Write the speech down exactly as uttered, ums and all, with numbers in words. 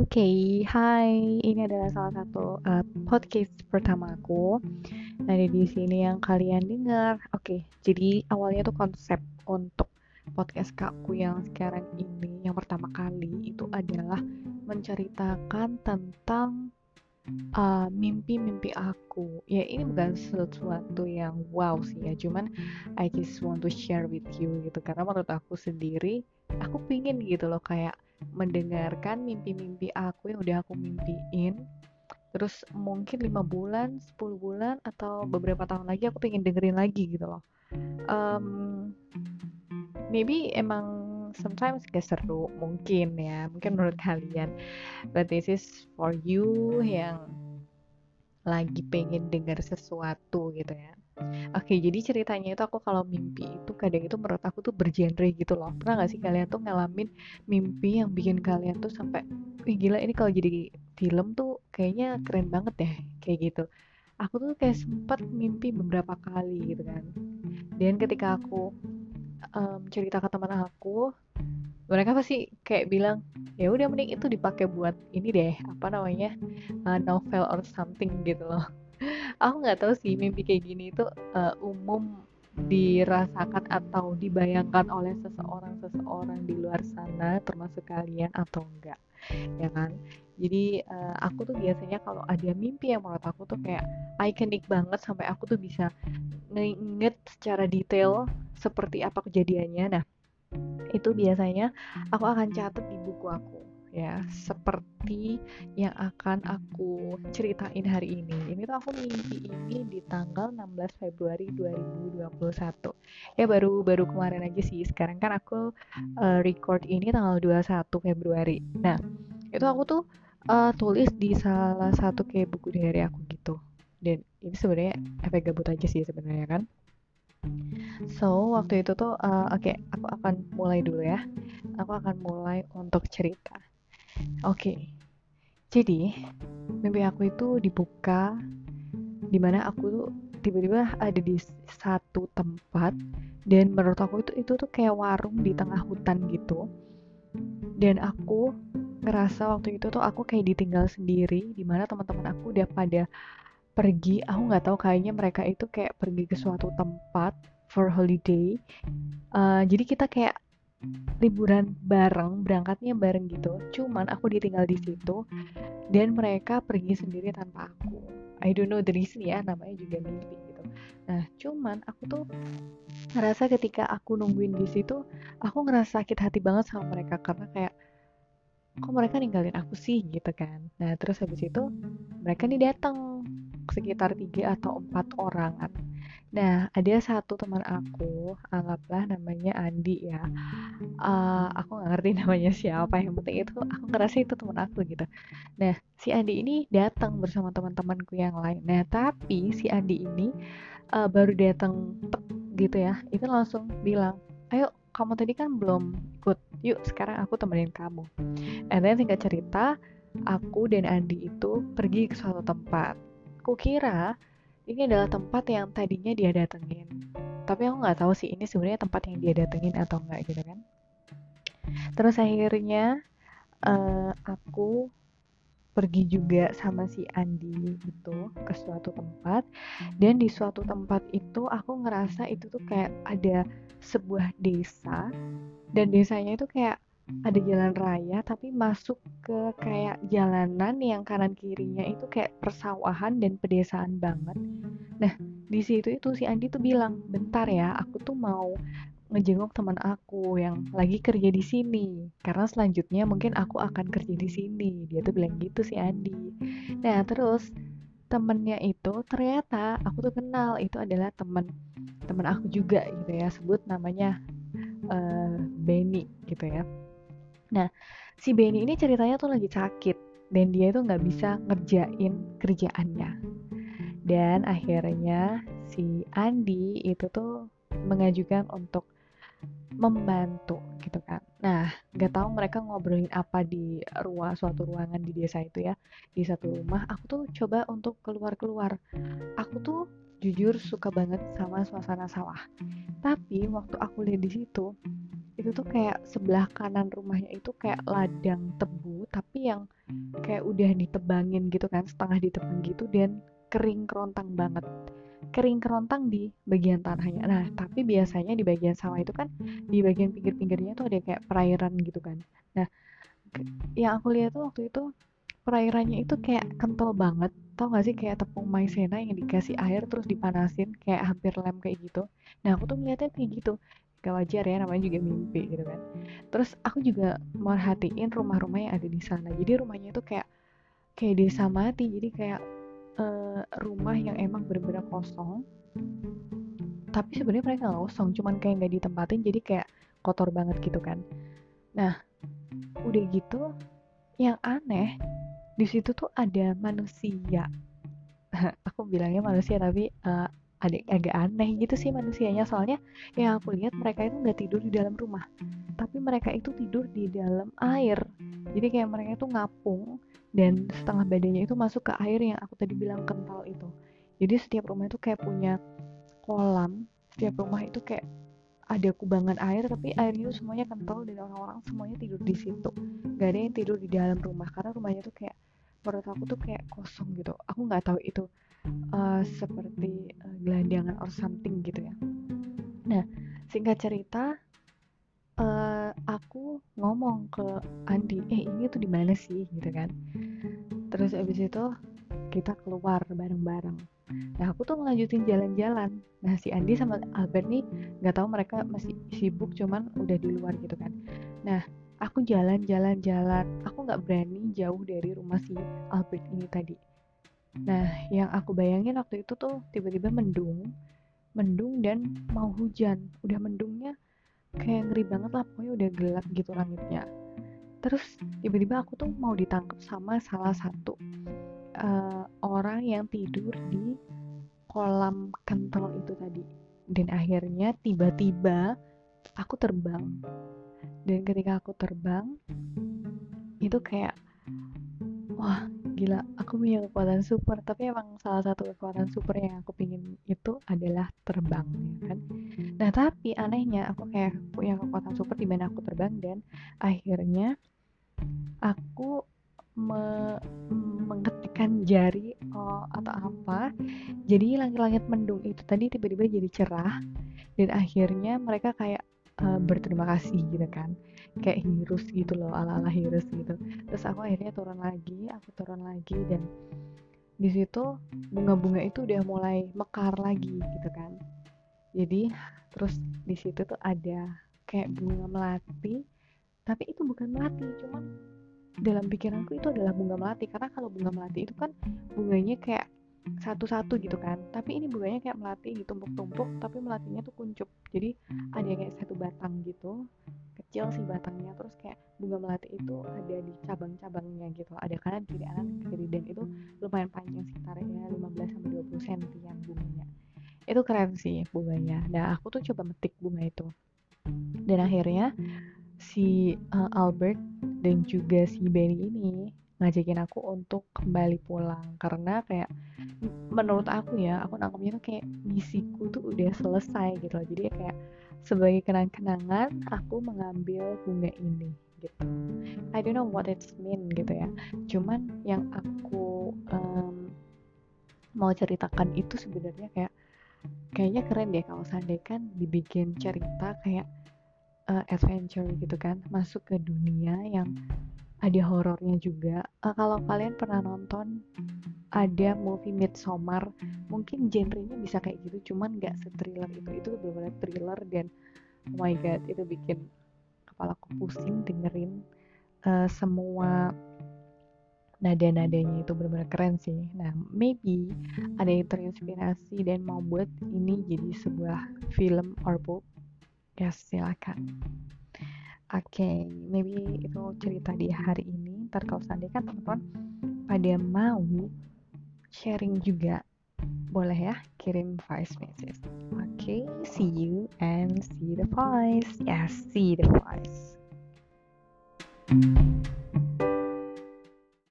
Oke, hai. Ini adalah salah satu uh, podcast pertama aku. Nah, di sini yang kalian dengar. Oke, jadi awalnya tuh konsep untuk podcast kakku yang sekarang ini, yang pertama kali itu adalah menceritakan tentang uh, mimpi-mimpi aku. Ya, ini bukan sesuatu yang wow sih ya, cuman I just want to share with you gitu. Karena menurut aku sendiri, aku pingin gitu loh kayak mendengarkan mimpi-mimpi aku yang udah aku mimpiin. Terus mungkin lima bulan, sepuluh bulan, atau beberapa tahun lagi aku pengen dengerin lagi gitu loh. Um, Maybe emang sometimes gak seru, mungkin ya, mungkin menurut kalian. But this is for you yang lagi pengen dengar sesuatu gitu ya. Oke, jadi ceritanya itu aku kalau mimpi itu kadang itu menurut aku tuh bergenre gitu loh. Pernah gak sih kalian tuh ngalamin mimpi yang bikin kalian tuh sampai, wih gila ini kalau jadi film tuh kayaknya keren banget deh, kayak gitu. Aku tuh kayak sempat mimpi beberapa kali gitu kan. Dan ketika aku em, cerita ke teman aku, mereka pasti kayak bilang, ya udah mending itu dipakai buat ini deh, apa namanya, uh, novel or something gitu loh. Aku nggak tahu sih mimpi kayak gini itu uh, umum dirasakan atau dibayangkan oleh seseorang-seseorang di luar sana termasuk kalian atau enggak, ya kan? Jadi uh, aku tuh biasanya kalau ada mimpi yang menurut aku tuh kayak ikonik banget sampai aku tuh bisa nginget secara detail seperti apa kejadiannya. Nah, itu biasanya aku akan catat di buku aku ya, seperti yang akan aku ceritain hari ini. Ini tuh aku mimpi ini di tanggal enam belas Februari dua ribu dua puluh satu. Ya baru baru kemarin aja sih. Sekarang kan aku uh, record ini tanggal dua puluh satu Februari. Nah, itu aku tuh uh, tulis di salah satu kayak buku diary aku gitu. Dan ini sebenarnya efek gabut aja sih sebenarnya kan. So, waktu itu tuh, uh, oke, okay, aku akan mulai dulu ya. Aku akan mulai untuk cerita. Oke, okay, jadi mimpi aku itu dibuka, dimana aku tuh tiba-tiba ada di satu tempat, dan menurut aku itu itu tuh kayak warung di tengah hutan gitu. Dan aku ngerasa waktu itu tuh aku kayak ditinggal sendiri, dimana teman-teman aku udah pada pergi. Aku nggak tahu, kayaknya mereka itu kayak pergi ke suatu tempat for holiday. Uh, jadi kita kayak liburan bareng, berangkatnya bareng gitu. Cuman aku ditinggal di situ dan mereka pergi sendiri tanpa aku. I don't know the reason ya, namanya juga mimpi gitu. Nah, cuman aku tuh ngerasa ketika aku nungguin di situ, aku ngerasa sakit hati banget sama mereka karena kayak kok mereka ninggalin aku sih gitu kan. Nah, terus habis itu mereka nih datang sekitar tiga atau empat orang. Nah, ada satu teman aku, anggaplah namanya Andi ya. Uh, aku nggak ngerti namanya siapa, yang penting itu aku ngerasa itu teman aku gitu. Nah, si Andi ini datang bersama teman-temanku yang lain. Nah, tapi si Andi ini uh, baru datang gitu ya, itu langsung bilang, ayo kamu tadi kan belum ikut, yuk sekarang aku temenin kamu. And then singkat cerita, aku dan Andi itu pergi ke suatu tempat. Kukira ini adalah tempat yang tadinya dia datengin, tapi aku nggak tahu sih ini sebenarnya tempat yang dia datengin atau enggak gitu kan. Terus akhirnya uh, aku pergi juga sama si Andi gitu ke suatu tempat, dan di suatu tempat itu aku ngerasa itu tuh kayak ada sebuah desa, dan desanya itu kayak ada jalan raya tapi masuk ke kayak jalanan yang kanan kirinya itu kayak persawahan dan pedesaan banget. Nah, di situ itu si Andi tuh bilang, bentar ya, aku tuh mau ngejenguk teman aku yang lagi kerja di sini, karena selanjutnya mungkin aku akan kerja di sini. Dia tuh bilang gitu si Andi. Nah, terus temennya itu ternyata aku tuh kenal, itu adalah temen temen aku juga gitu ya, sebut namanya uh, Benny gitu ya. Nah, si Benny ini ceritanya tuh lagi sakit dan dia tuh nggak bisa ngerjain kerjaannya. Dan akhirnya si Andi itu tuh mengajukan untuk membantu gitu kan. Nah, nggak tahu mereka ngobrolin apa di ruang suatu ruangan di desa itu ya, di satu rumah. Aku tuh coba untuk keluar-keluar. Aku tuh jujur suka banget sama suasana sawah. Tapi waktu aku lihat di situ, itu itu tuh kayak sebelah kanan rumahnya itu kayak ladang tebu, tapi yang kayak udah ditebangin gitu kan, setengah ditebang gitu, dan kering kerontang banget. Kering kerontang di bagian tanahnya. Nah, tapi biasanya di bagian sawah itu kan di bagian pinggir-pinggirnya tuh ada kayak perairan gitu kan. Nah, yang aku lihat tuh waktu itu perairannya itu kayak kental banget. Tau gak sih kayak tepung maizena yang dikasih air terus dipanasin kayak hampir lem kayak gitu. Nah, aku tuh ngeliatnya kayak gitu. Gak wajar ya, namanya juga mimpi gitu kan. Terus aku juga merhatiin rumah-rumah yang ada di sana. Jadi rumahnya itu kayak kayak desa mati. Jadi kayak uh, rumah yang emang bener-bener kosong. Tapi sebenarnya mereka nggak kosong, cuman kayak nggak ditempatin, jadi kayak kotor banget gitu kan. Nah, udah gitu, yang aneh di situ tuh ada manusia. Aku bilangnya manusia tapi uh, ada agak aneh gitu sih manusianya, soalnya yang aku lihat mereka itu nggak tidur di dalam rumah, tapi mereka itu tidur di dalam air. Jadi kayak mereka itu ngapung dan setengah badannya itu masuk ke air yang aku tadi bilang kental itu. Jadi setiap rumah itu kayak punya kolam, setiap rumah itu kayak ada kubangan air, tapi airnya itu semuanya kental dan orang-orang semuanya tidur di situ. Gak ada yang tidur di dalam rumah karena rumahnya tuh kayak, menurut aku tuh kayak kosong gitu. Aku nggak tahu itu uh, seperti uh, gelandangan or something gitu ya. Nah, singkat cerita, uh, aku ngomong ke Andi, eh ini tuh di mana sih gitu kan. Terus abis itu kita keluar bareng-bareng. Nah, aku tuh ngelanjutin jalan-jalan. Nah, si Andi sama Albert nih nggak tahu mereka masih sibuk, cuman udah di luar gitu kan. Nah, aku jalan-jalan-jalan. Aku nggak berani jauh dari rumah si Albert ini tadi. Nah, yang aku bayangin waktu itu tuh tiba-tiba mendung, mendung dan mau hujan. Udah mendungnya kayak ngeri banget lah, pokoknya udah gelap gitu langitnya. Terus tiba-tiba aku tuh mau ditangkap sama salah satu uh, orang yang tidur di kolam kental itu tadi. Dan akhirnya tiba-tiba aku terbang. Dan ketika aku terbang, itu kayak wah gila, aku punya kekuatan super. Tapi emang salah satu kekuatan super yang aku pingin itu adalah terbang ya kan. Nah tapi anehnya aku kayak punya kekuatan super di mana aku terbang, dan akhirnya aku me- mengetikkan jari oh, atau apa, jadi langit-langit mendung itu tadi tiba-tiba jadi cerah, dan akhirnya mereka kayak uh, berterima kasih gitu kan, kayak Hirus gitu loh, ala-ala Hirus gitu. Terus aku akhirnya turun lagi, aku turun lagi, dan di situ bunga-bunga itu udah mulai mekar lagi gitu kan. Jadi terus di situ tuh ada kayak bunga melati, tapi itu bukan melati, cuman dalam pikiranku itu adalah bunga melati, karena kalau bunga melati itu kan bunganya kayak satu-satu gitu kan, tapi ini bunganya kayak melati ditumpuk-tumpuk, tapi melatinya tuh kuncup, jadi ada kayak satu batang gitu, kecil sih batangnya, terus kayak bunga melati itu ada di cabang-cabangnya gitu, ada kanan kiri kanan kiri, dan itu lumayan panjang, sekitarnya lima belas sampai dua puluh sentian bunganya. Itu keren sih bunganya. Nah aku tuh coba metik bunga itu, dan akhirnya si uh, Albert dan juga si Benny ini ngajakin aku untuk kembali pulang, karena kayak menurut aku ya, aku nangkepnya tuh kayak misiku tuh udah selesai gitu loh. Jadi kayak sebagai kenang-kenangan aku mengambil bunga ini gitu. I don't know what it's mean gitu ya, cuman yang aku um, mau ceritakan itu sebenarnya kayak kayaknya keren deh kalau seandainya kan dibikin cerita kayak uh, adventure gitu kan, masuk ke dunia yang ada horornya juga. Uh, kalau kalian pernah nonton ada movie Midsommar, mungkin genrenya bisa kayak gitu, cuman nggak se-thriller itu. Itu benar-benar thriller, dan oh my god, itu bikin kepalaku pusing dengerin uh, semua nada-nadanya, itu benar-benar keren sih. Nah, maybe ada yang terinspirasi dan mau buat ini jadi sebuah film or book, ya silakan. Oke, okay, maybe itu cerita di hari ini. Ntar kalau seandainya kan teman-teman pada mau sharing juga, boleh ya kirim voice message. Oke, okay, see you and see the voice. Yes, see the voice.